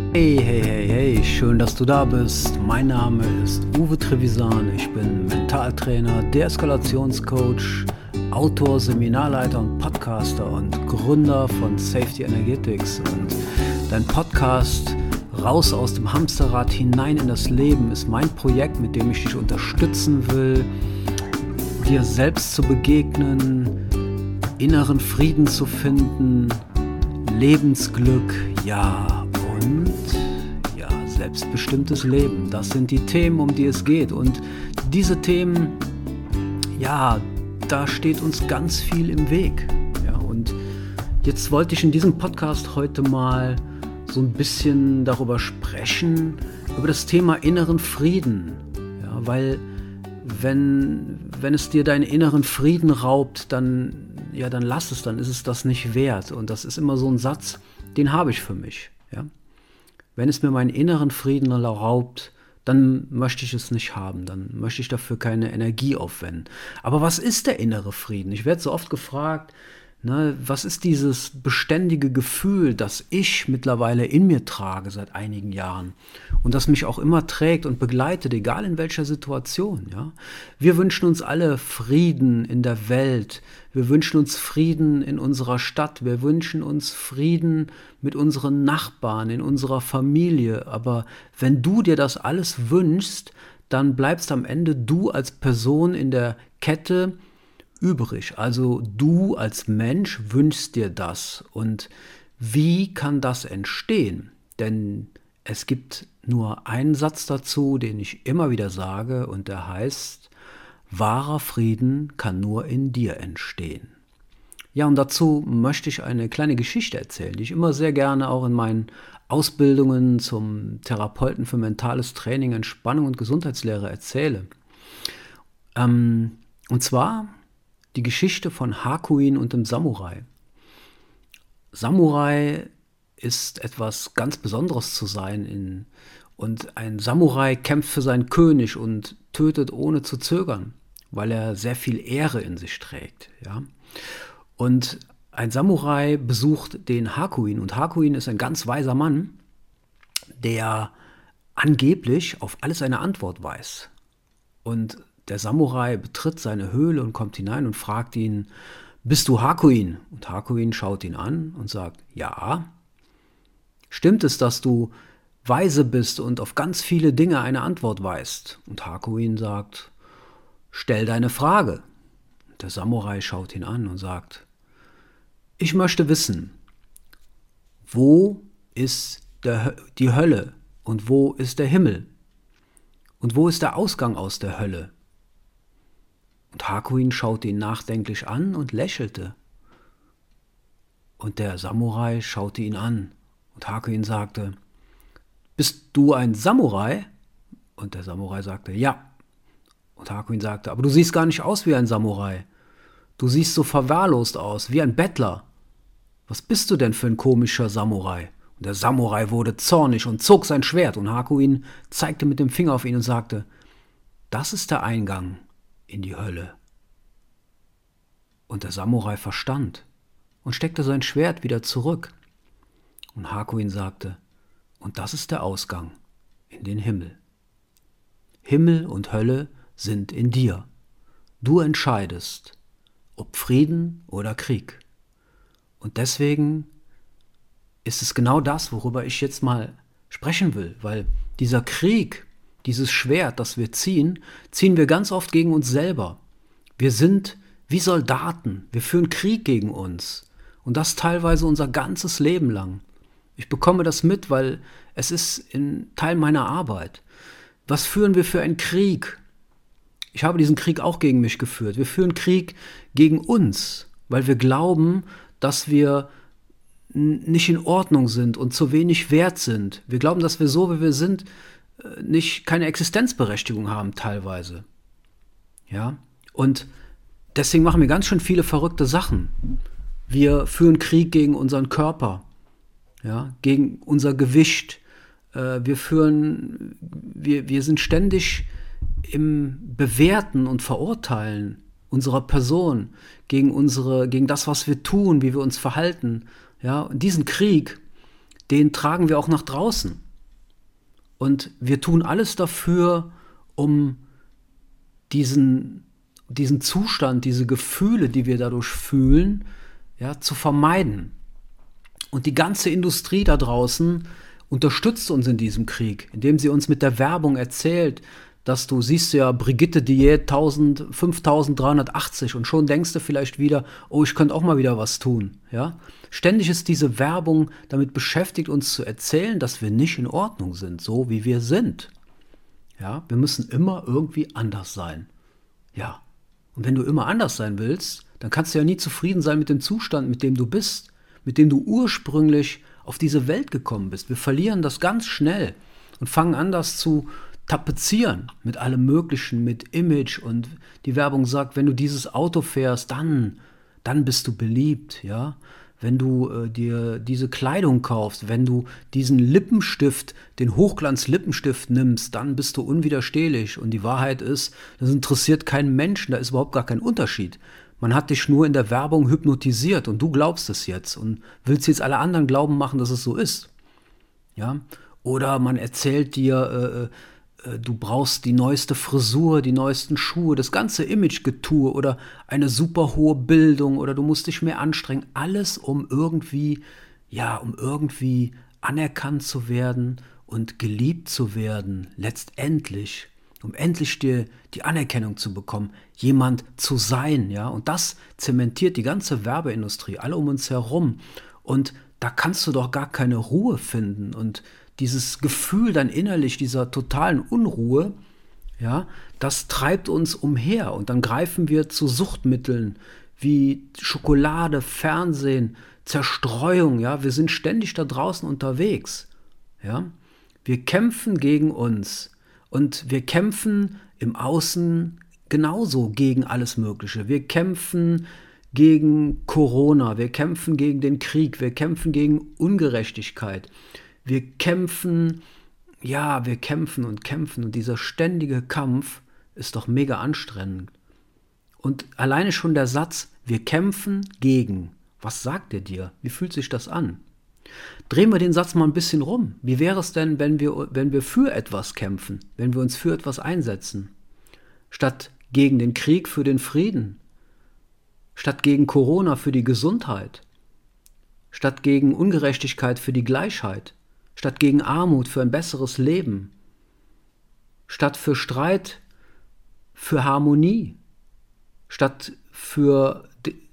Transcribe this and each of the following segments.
Hey, hey, hey, hey, schön, dass du da bist. Mein Name ist Uwe Trevisan. Ich bin Mentaltrainer, Deeskalationscoach, Autor, Seminarleiter und Podcaster und Gründer von Safety Energetics. Und dein Podcast Raus aus dem Hamsterrad hinein in das Leben ist mein Projekt, mit dem ich dich unterstützen will, dir selbst zu begegnen, inneren Frieden zu finden, Lebensglück, ja, und ja, selbstbestimmtes Leben. Das sind die Themen, um die es geht. Und diese Themen, ja, da steht uns ganz viel im Weg. Ja, und jetzt wollte ich in diesem Podcast heute mal so ein bisschen darüber sprechen, über das Thema inneren Frieden. Ja, weil wenn es dir deinen inneren Frieden raubt, dann lass es, dann ist es das nicht wert. Und das ist immer so ein Satz, den habe ich für mich. Ja? Wenn es mir meinen inneren Frieden raubt, dann möchte ich es nicht haben, dann möchte ich dafür keine Energie aufwenden. Aber was ist der innere Frieden? Ich werde so oft gefragt, was ist dieses beständige Gefühl, das ich mittlerweile in mir trage seit einigen Jahren und das mich auch immer trägt und begleitet, egal in welcher Situation. Ja? Wir wünschen uns alle Frieden in der Welt, wir wünschen uns Frieden in unserer Stadt, wir wünschen uns Frieden mit unseren Nachbarn, in unserer Familie. Aber wenn du dir das alles wünschst, dann bleibst am Ende du als Person in der Kette übrig. Also du als Mensch wünschst dir das. Und wie kann das entstehen? Denn es gibt nur einen Satz dazu, den ich immer wieder sage, und der heißt: Wahrer Frieden kann nur in dir entstehen. Ja, und dazu möchte ich eine kleine Geschichte erzählen, die ich immer sehr gerne auch in meinen Ausbildungen zum Therapeuten für mentales Training, Entspannung und Gesundheitslehre erzähle. Und zwar die Geschichte von Hakuin und dem Samurai. Samurai ist etwas ganz Besonderes zu sein. Und ein Samurai kämpft für seinen König und tötet ohne zu zögern, weil er sehr viel Ehre in sich trägt. Ja? Und ein Samurai besucht den Hakuin. Und Hakuin ist ein ganz weiser Mann, der angeblich auf alles eine Antwort weiß. Und der Samurai betritt seine Höhle und kommt hinein und fragt ihn: Bist du Hakuin? Und Hakuin schaut ihn an und sagt: Ja. Stimmt es, dass du weise bist und auf ganz viele Dinge eine Antwort weißt? Und Hakuin sagt: Stell deine Frage. Und der Samurai schaut ihn an und sagt: Ich möchte wissen, wo ist die Hölle und wo ist der Himmel? Und wo ist der Ausgang aus der Hölle? Und Hakuin schaute ihn nachdenklich an und lächelte. Und der Samurai schaute ihn an. Und Hakuin sagte: Bist du ein Samurai? Und der Samurai sagte: Ja. Und Hakuin sagte: Aber du siehst gar nicht aus wie ein Samurai. Du siehst so verwahrlost aus, wie ein Bettler. Was bist du denn für ein komischer Samurai? Und der Samurai wurde zornig und zog sein Schwert. Und Hakuin zeigte mit dem Finger auf ihn und sagte: Das ist der Eingang in die Hölle. Und der Samurai verstand und steckte sein Schwert wieder zurück. Und Hakuin sagte: Und das ist der Ausgang in den Himmel. Himmel und Hölle sind in dir. Du entscheidest, ob Frieden oder Krieg. Und deswegen ist es genau das, worüber ich jetzt mal sprechen will, weil dieser Krieg, dieses Schwert, das wir ziehen wir ganz oft gegen uns selber. Wir sind wie Soldaten, wir führen Krieg gegen uns und das teilweise unser ganzes Leben lang. Ich bekomme das mit, weil es ist ein Teil meiner Arbeit. Was führen wir für einen Krieg? Ich habe diesen Krieg auch gegen mich geführt. Wir führen Krieg gegen uns, weil wir glauben, dass wir nicht in Ordnung sind und zu wenig wert sind. Wir glauben, dass wir so, wie wir sind, keine Existenzberechtigung haben teilweise. Ja? Und deswegen machen wir ganz schön viele verrückte Sachen. Wir führen Krieg gegen unseren Körper, ja? Gegen unser Gewicht. Wir sind ständig im Bewerten und Verurteilen unserer Person, gegen das, was wir tun, wie wir uns verhalten. Ja? Und diesen Krieg, den tragen wir auch nach draußen. Und wir tun alles dafür, um diesen Zustand, diese Gefühle, die wir dadurch fühlen, ja, zu vermeiden. Und die ganze Industrie da draußen unterstützt uns in diesem Krieg, indem sie uns mit der Werbung erzählt, dass du siehst ja Brigitte Diät 5380 und schon denkst du vielleicht wieder, oh, ich könnte auch mal wieder was tun. Ja? Ständig ist diese Werbung damit beschäftigt, uns zu erzählen, dass wir nicht in Ordnung sind, so wie wir sind. Ja? Wir müssen immer irgendwie anders sein. Ja. Und wenn du immer anders sein willst, dann kannst du ja nie zufrieden sein mit dem Zustand, mit dem du bist, mit dem du ursprünglich auf diese Welt gekommen bist. Wir verlieren das ganz schnell und fangen an, das zu tapezieren mit allem Möglichen, mit Image. Und die Werbung sagt, wenn du dieses Auto fährst, dann bist du beliebt. Ja? Wenn du dir diese Kleidung kaufst, wenn du diesen Lippenstift, den Hochglanz-Lippenstift nimmst, dann bist du unwiderstehlich. Und die Wahrheit ist, das interessiert keinen Menschen, da ist überhaupt gar kein Unterschied. Man hat dich nur in der Werbung hypnotisiert und du glaubst es jetzt und willst jetzt alle anderen glauben machen, dass es so ist. Ja? Oder man erzählt dir, du brauchst die neueste Frisur, die neuesten Schuhe, das ganze Imagegetue oder eine super hohe Bildung oder du musst dich mehr anstrengen. Alles, um irgendwie anerkannt zu werden und geliebt zu werden, letztendlich, um endlich die Anerkennung zu bekommen, jemand zu sein, ja. Und das zementiert die ganze Werbeindustrie, alle um uns herum. Und da kannst du doch gar keine Ruhe finden. Und dieses Gefühl dann innerlich dieser totalen Unruhe, ja, das treibt uns umher. Und dann greifen wir zu Suchtmitteln wie Schokolade, Fernsehen, Zerstreuung, ja. Wir sind ständig da draußen unterwegs, ja. Wir kämpfen gegen uns und wir kämpfen im Außen genauso gegen alles Mögliche. Wir kämpfen gegen Corona, wir kämpfen gegen den Krieg, wir kämpfen gegen Ungerechtigkeit. Wir kämpfen und kämpfen und dieser ständige Kampf ist doch mega anstrengend. Und alleine schon der Satz, wir kämpfen gegen, was sagt er dir? Wie fühlt sich das an? Drehen wir den Satz mal ein bisschen rum. Wie wäre es denn, wenn wir für etwas kämpfen, wenn wir uns für etwas einsetzen? Statt gegen den Krieg für den Frieden, statt gegen Corona für die Gesundheit, statt gegen Ungerechtigkeit für die Gleichheit, statt gegen Armut für ein besseres Leben, statt für Streit für Harmonie, statt für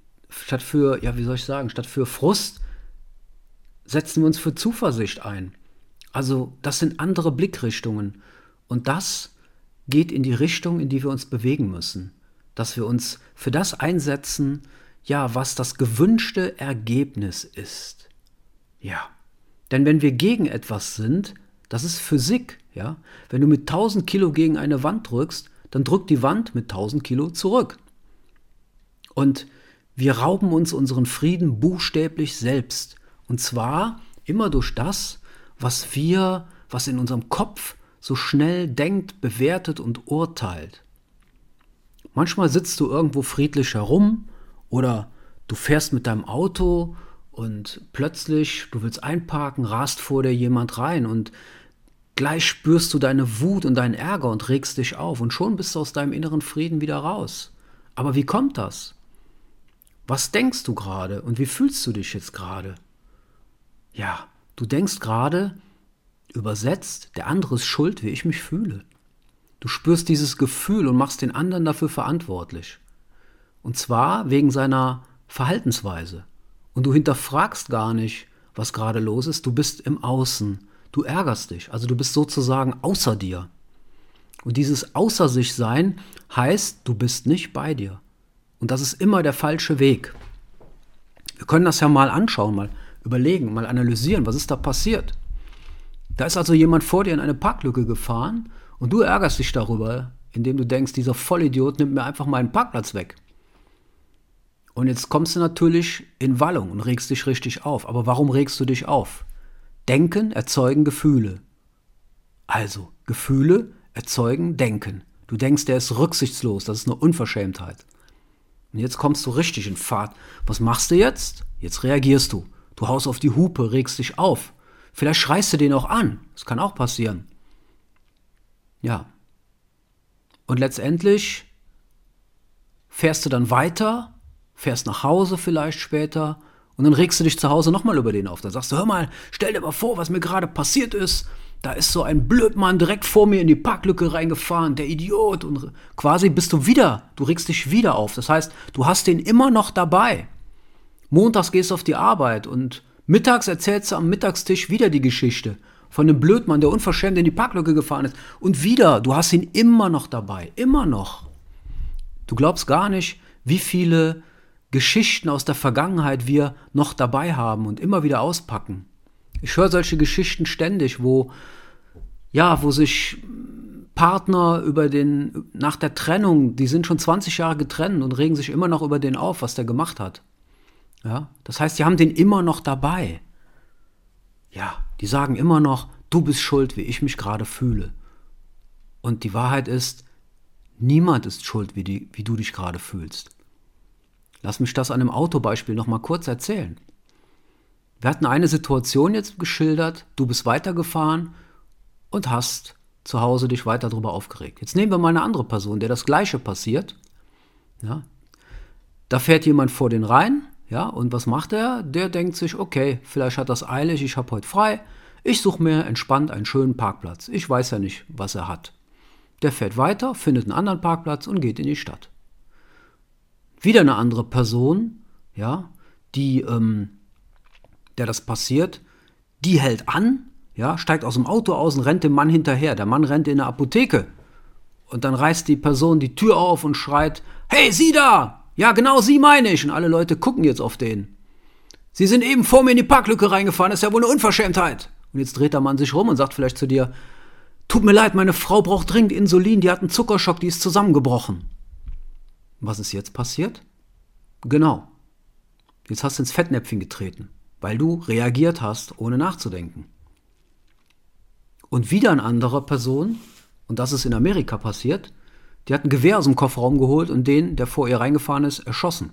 Frust setzen wir uns für Zuversicht ein. Also das sind andere Blickrichtungen und das geht in die Richtung, in die wir uns bewegen müssen, dass wir uns für das einsetzen, ja, was das gewünschte Ergebnis ist. Ja. Denn wenn wir gegen etwas sind, das ist Physik, ja. Wenn du mit 1000 Kilo gegen eine Wand drückst, dann drückt die Wand mit 1000 Kilo zurück. Und wir rauben uns unseren Frieden buchstäblich selbst. Und zwar immer durch das, was in unserem Kopf so schnell denkt, bewertet und urteilt. Manchmal sitzt du irgendwo friedlich herum oder du fährst mit deinem Auto und plötzlich, du willst einparken, rast vor dir jemand rein und gleich spürst du deine Wut und deinen Ärger und regst dich auf und schon bist du aus deinem inneren Frieden wieder raus. Aber wie kommt das? Was denkst du gerade und wie fühlst du dich jetzt gerade? Ja, du denkst gerade, übersetzt, der andere ist schuld, wie ich mich fühle. Du spürst dieses Gefühl und machst den anderen dafür verantwortlich. Und zwar wegen seiner Verhaltensweise. Und du hinterfragst gar nicht, was gerade los ist. Du bist im Außen. Du ärgerst dich. Also du bist sozusagen außer dir. Und dieses Außer sich sein heißt, du bist nicht bei dir. Und das ist immer der falsche Weg. Wir können das ja mal anschauen, mal überlegen, mal analysieren, was ist da passiert. Da ist also jemand vor dir in eine Parklücke gefahren und du ärgerst dich darüber, indem du denkst, dieser Vollidiot nimmt mir einfach meinen Parkplatz weg. Und jetzt kommst du natürlich in Wallung und regst dich richtig auf. Aber warum regst du dich auf? Denken erzeugen Gefühle. Also, Gefühle erzeugen Denken. Du denkst, der ist rücksichtslos, das ist eine Unverschämtheit. Und jetzt kommst du richtig in Fahrt. Was machst du jetzt? Jetzt reagierst du. Du haust auf die Hupe, regst dich auf. Vielleicht schreist du den auch an. Das kann auch passieren. Ja. Und letztendlich fährst du dann weiter, fährst nach Hause vielleicht später und dann regst du dich zu Hause nochmal über den auf. Dann sagst du, hör mal, stell dir mal vor, was mir gerade passiert ist. Da ist so ein Blödmann direkt vor mir in die Parklücke reingefahren, der Idiot. Und quasi du regst dich wieder auf. Das heißt, du hast den immer noch dabei. Montags gehst du auf die Arbeit und mittags erzählst du am Mittagstisch wieder die Geschichte von dem Blödmann, der unverschämt in die Parklücke gefahren ist. Und wieder, du hast ihn immer noch dabei. Immer noch. Du glaubst gar nicht, wie viele Geschichten aus der Vergangenheit wir noch dabei haben und immer wieder auspacken. Ich höre solche Geschichten ständig, wo sich Partner nach der Trennung, die sind schon 20 Jahre getrennt und regen sich immer noch über den auf, was der gemacht hat. Ja, das heißt, die haben den immer noch dabei. Ja, die sagen immer noch, du bist schuld, wie ich mich gerade fühle. Und die Wahrheit ist, niemand ist schuld, wie du dich gerade fühlst. Lass mich das an einem Autobeispiel noch mal kurz erzählen. Wir hatten eine Situation jetzt geschildert, du bist weitergefahren und hast zu Hause dich weiter darüber aufgeregt. Jetzt nehmen wir mal eine andere Person, der das Gleiche passiert. Ja, da fährt jemand vor den rein, ja, und was macht er? Der denkt sich, okay, vielleicht hat das eilig, ich habe heute frei, ich suche mir entspannt einen schönen Parkplatz. Ich weiß ja nicht, was er hat. Der fährt weiter, findet einen anderen Parkplatz und geht in die Stadt. Wieder eine andere Person, ja, der das passiert, die hält an, ja, steigt aus dem Auto aus und rennt dem Mann hinterher. Der Mann rennt in eine Apotheke. Und dann reißt die Person die Tür auf und schreit, hey, Sie da! Ja, genau, Sie meine ich. Und alle Leute gucken jetzt auf den. Sie sind eben vor mir in die Parklücke reingefahren, das ist ja wohl eine Unverschämtheit. Und jetzt dreht der Mann sich rum und sagt vielleicht zu dir, tut mir leid, meine Frau braucht dringend Insulin, die hat einen Zuckerschock, die ist zusammengebrochen. Was ist jetzt passiert? Genau. Jetzt hast du ins Fettnäpfchen getreten, weil du reagiert hast, ohne nachzudenken. Und wieder eine andere Person, und das ist in Amerika passiert, die hat ein Gewehr aus dem Kofferraum geholt und den, der vor ihr reingefahren ist, erschossen.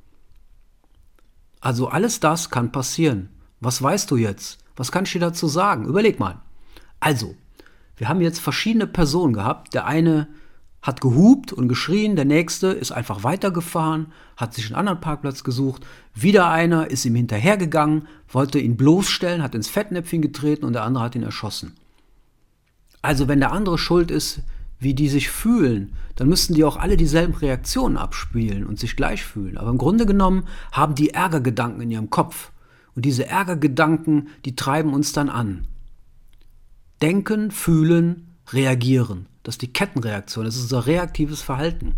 Also alles das kann passieren. Was weißt du jetzt? Was kann ich dir dazu sagen? Überleg mal. Also, wir haben jetzt verschiedene Personen gehabt. Der eine hat gehupt und geschrien, der nächste ist einfach weitergefahren, hat sich einen anderen Parkplatz gesucht. Wieder einer ist ihm hinterhergegangen, wollte ihn bloßstellen, hat ins Fettnäpfchen getreten und der andere hat ihn erschossen. Also wenn der andere schuld ist, wie die sich fühlen, dann müssten die auch alle dieselben Reaktionen abspielen und sich gleich fühlen. Aber im Grunde genommen haben die Ärgergedanken in ihrem Kopf. Und diese Ärgergedanken, die treiben uns dann an. Denken, fühlen, reagieren. Das ist die Kettenreaktion, das ist unser reaktives Verhalten.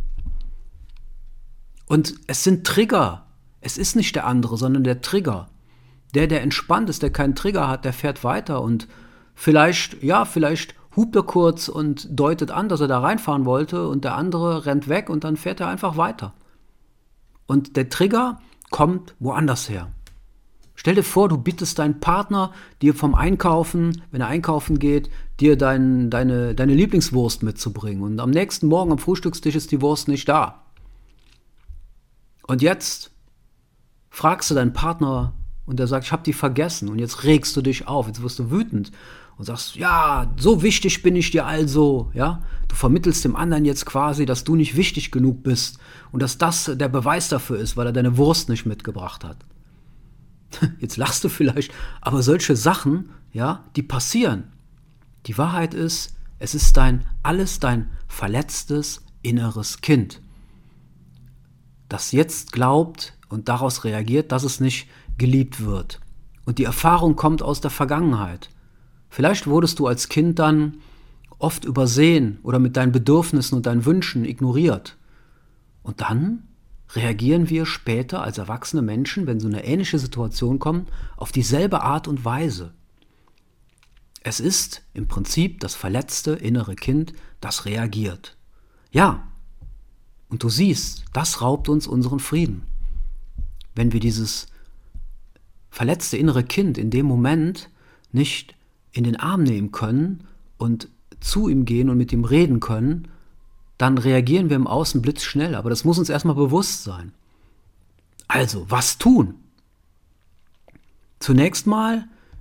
Und es sind Trigger. Es ist nicht der andere, sondern der Trigger. Der entspannt ist, der keinen Trigger hat, der fährt weiter und vielleicht hupt er kurz und deutet an, dass er da reinfahren wollte und der andere rennt weg und dann fährt er einfach weiter. Und der Trigger kommt woanders her. Stell dir vor, du bittest deinen Partner, dir vom Einkaufen, wenn er einkaufen geht, dir deine Lieblingswurst mitzubringen. Und am nächsten Morgen am Frühstückstisch ist die Wurst nicht da. Und jetzt fragst du deinen Partner und der sagt, ich habe die vergessen. Und jetzt regst du dich auf, jetzt wirst du wütend und sagst, ja, so wichtig bin ich dir also. Ja? Du vermittelst dem anderen jetzt quasi, dass du nicht wichtig genug bist und dass das der Beweis dafür ist, weil er deine Wurst nicht mitgebracht hat. Jetzt lachst du vielleicht, aber solche Sachen, ja, die passieren. Die Wahrheit ist, es ist alles dein verletztes inneres Kind, das jetzt glaubt und daraus reagiert, dass es nicht geliebt wird. Und die Erfahrung kommt aus der Vergangenheit. Vielleicht wurdest du als Kind dann oft übersehen oder mit deinen Bedürfnissen und deinen Wünschen ignoriert. Und dann reagieren wir später als erwachsene Menschen, wenn so eine ähnliche Situation kommt, auf dieselbe Art und Weise. Es ist im Prinzip das verletzte innere Kind, das reagiert. Ja, und du siehst, das raubt uns unseren Frieden. Wenn wir dieses verletzte innere Kind in dem Moment nicht in den Arm nehmen können und zu ihm gehen und mit ihm reden können, dann reagieren wir im Außen blitzschnell. Aber das muss uns erstmal bewusst sein. Also, was tun? Zunächst mal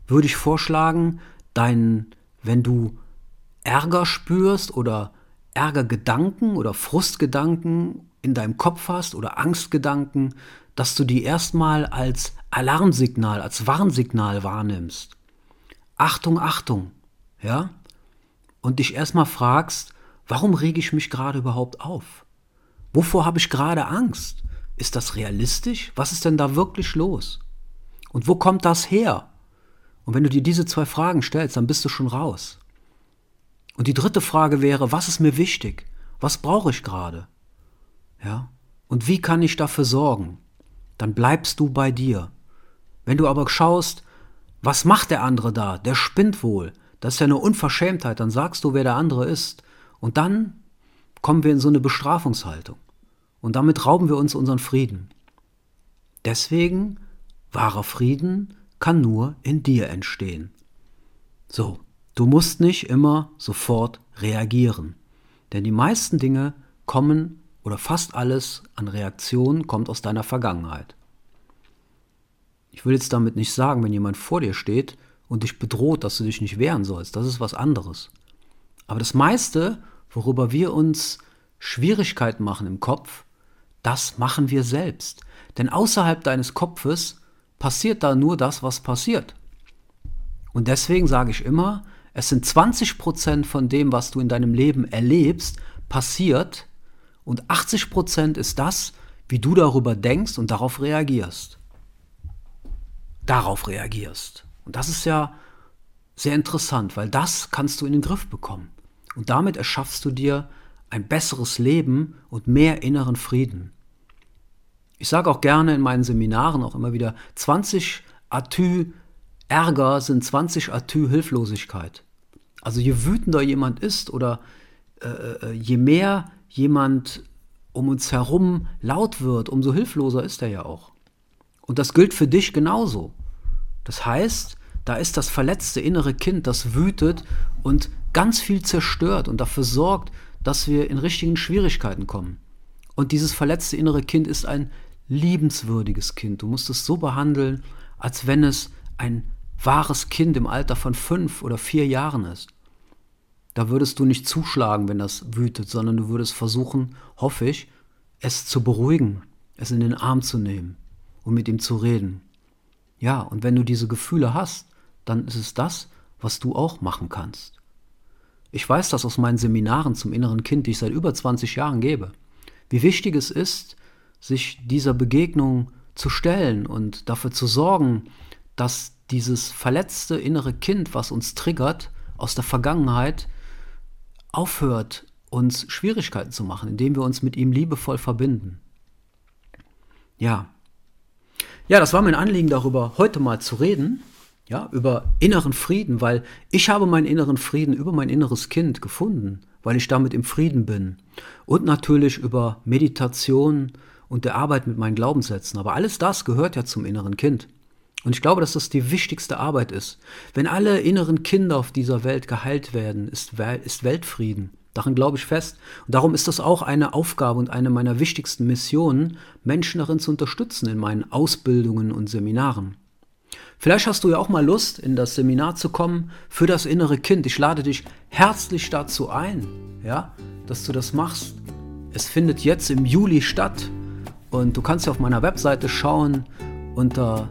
würde ich vorschlagen, wenn du Ärger spürst oder Ärgergedanken oder Frustgedanken in deinem Kopf hast oder Angstgedanken, dass du die erstmal als Alarmsignal, als Warnsignal wahrnimmst. Achtung, Achtung, ja? Und dich erstmal fragst, warum rege ich mich gerade überhaupt auf? Wovor habe ich gerade Angst? Ist das realistisch? Was ist denn da wirklich los? Und wo kommt das her? Und wenn du dir diese 2 Fragen stellst, dann bist du schon raus. Und die 3. Frage wäre, was ist mir wichtig? Was brauche ich gerade? Ja? Und wie kann ich dafür sorgen? Dann bleibst du bei dir. Wenn du aber schaust, was macht der andere da? Der spinnt wohl. Das ist ja eine Unverschämtheit. Dann sagst du, wer der andere ist. Und dann kommen wir in so eine Bestrafungshaltung. Und damit rauben wir uns unseren Frieden. Deswegen, wahrer Frieden kann nur in dir entstehen. So, du musst nicht immer sofort reagieren. Denn die meisten Dinge kommen, oder fast alles an Reaktionen kommt aus deiner Vergangenheit. Ich will jetzt damit nicht sagen, wenn jemand vor dir steht und dich bedroht, dass du dich nicht wehren sollst. Das ist was anderes. Aber das meiste, worüber wir uns Schwierigkeiten machen im Kopf, das machen wir selbst. Denn außerhalb deines Kopfes passiert da nur das, was passiert. Und deswegen sage ich immer, es sind 20% von dem, was du in deinem Leben erlebst, passiert, und 80% ist das, wie du darüber denkst und darauf reagierst. Und das ist ja sehr interessant, weil das kannst du in den Griff bekommen. Und damit erschaffst du dir ein besseres Leben und mehr inneren Frieden. Ich sage auch gerne in meinen Seminaren auch immer wieder, 20 Atü Ärger sind 20 Atü Hilflosigkeit. Also je wütender jemand ist oder je mehr jemand um uns herum laut wird, umso hilfloser ist er ja auch. Und das gilt für dich genauso. Das heißt, da ist das verletzte innere Kind, das wütet und ganz viel zerstört und dafür sorgt, dass wir in richtigen Schwierigkeiten kommen. Und dieses verletzte innere Kind ist ein liebenswürdiges Kind. Du musst es so behandeln, als wenn es ein wahres Kind im Alter von 5 oder 4 Jahren ist. Da würdest du nicht zuschlagen, wenn das wütet, sondern du würdest versuchen, hoffe ich, es zu beruhigen, es in den Arm zu nehmen und mit ihm zu reden. Ja, und wenn du diese Gefühle hast, dann ist es das, was du auch machen kannst. Ich weiß das aus meinen Seminaren zum inneren Kind, die ich seit über 20 Jahren gebe. Wie wichtig es ist, sich dieser Begegnung zu stellen und dafür zu sorgen, dass dieses verletzte innere Kind, was uns triggert, aus der Vergangenheit, aufhört, uns Schwierigkeiten zu machen, indem wir uns mit ihm liebevoll verbinden. Ja, das war mein Anliegen, darüber heute mal zu reden, ja, über inneren Frieden, weil ich habe meinen inneren Frieden über mein inneres Kind gefunden, weil ich damit im Frieden bin. Und natürlich über Meditation und der Arbeit mit meinen Glaubenssätzen. Aber alles das gehört ja zum inneren Kind. Und ich glaube, dass das die wichtigste Arbeit ist. Wenn alle inneren Kinder auf dieser Welt geheilt werden, ist Weltfrieden. Daran glaube ich fest. Und darum ist das auch eine Aufgabe und eine meiner wichtigsten Missionen, Menschen darin zu unterstützen in meinen Ausbildungen und Seminaren. Vielleicht hast du ja auch mal Lust, in das Seminar zu kommen für das innere Kind. Ich lade dich herzlich dazu ein, ja, dass du das machst. Es findet jetzt im Juli statt und du kannst ja auf meiner Webseite schauen unter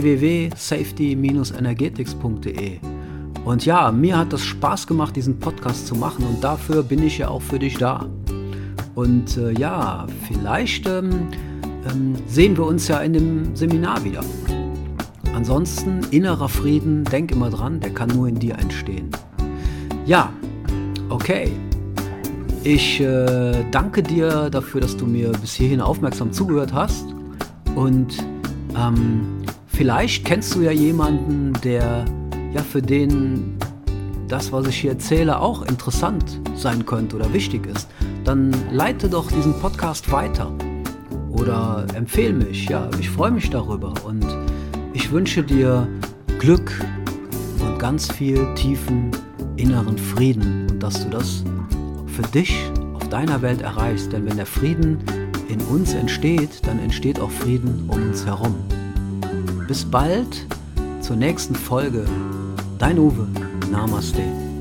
www.safety-energetics.de. Und ja, mir hat das Spaß gemacht, diesen Podcast zu machen und dafür bin ich ja auch für dich da. Und vielleicht sehen wir uns ja in dem Seminar wieder. Ansonsten, innerer Frieden, denk immer dran, der kann nur in dir entstehen. Ja, okay. Ich danke dir dafür, dass du mir bis hierhin aufmerksam zugehört hast. Und vielleicht kennst du ja jemanden, für den das, was ich hier erzähle, auch interessant sein könnte oder wichtig ist. Dann leite doch diesen Podcast weiter oder empfehle mich. Ja, ich freue mich darüber und ich wünsche dir Glück und ganz viel tiefen inneren Frieden und dass du das für dich auf deiner Welt erreichst. Denn wenn der Frieden in uns entsteht, dann entsteht auch Frieden um uns herum. Bis bald zur nächsten Folge. Dein Uwe. Namaste.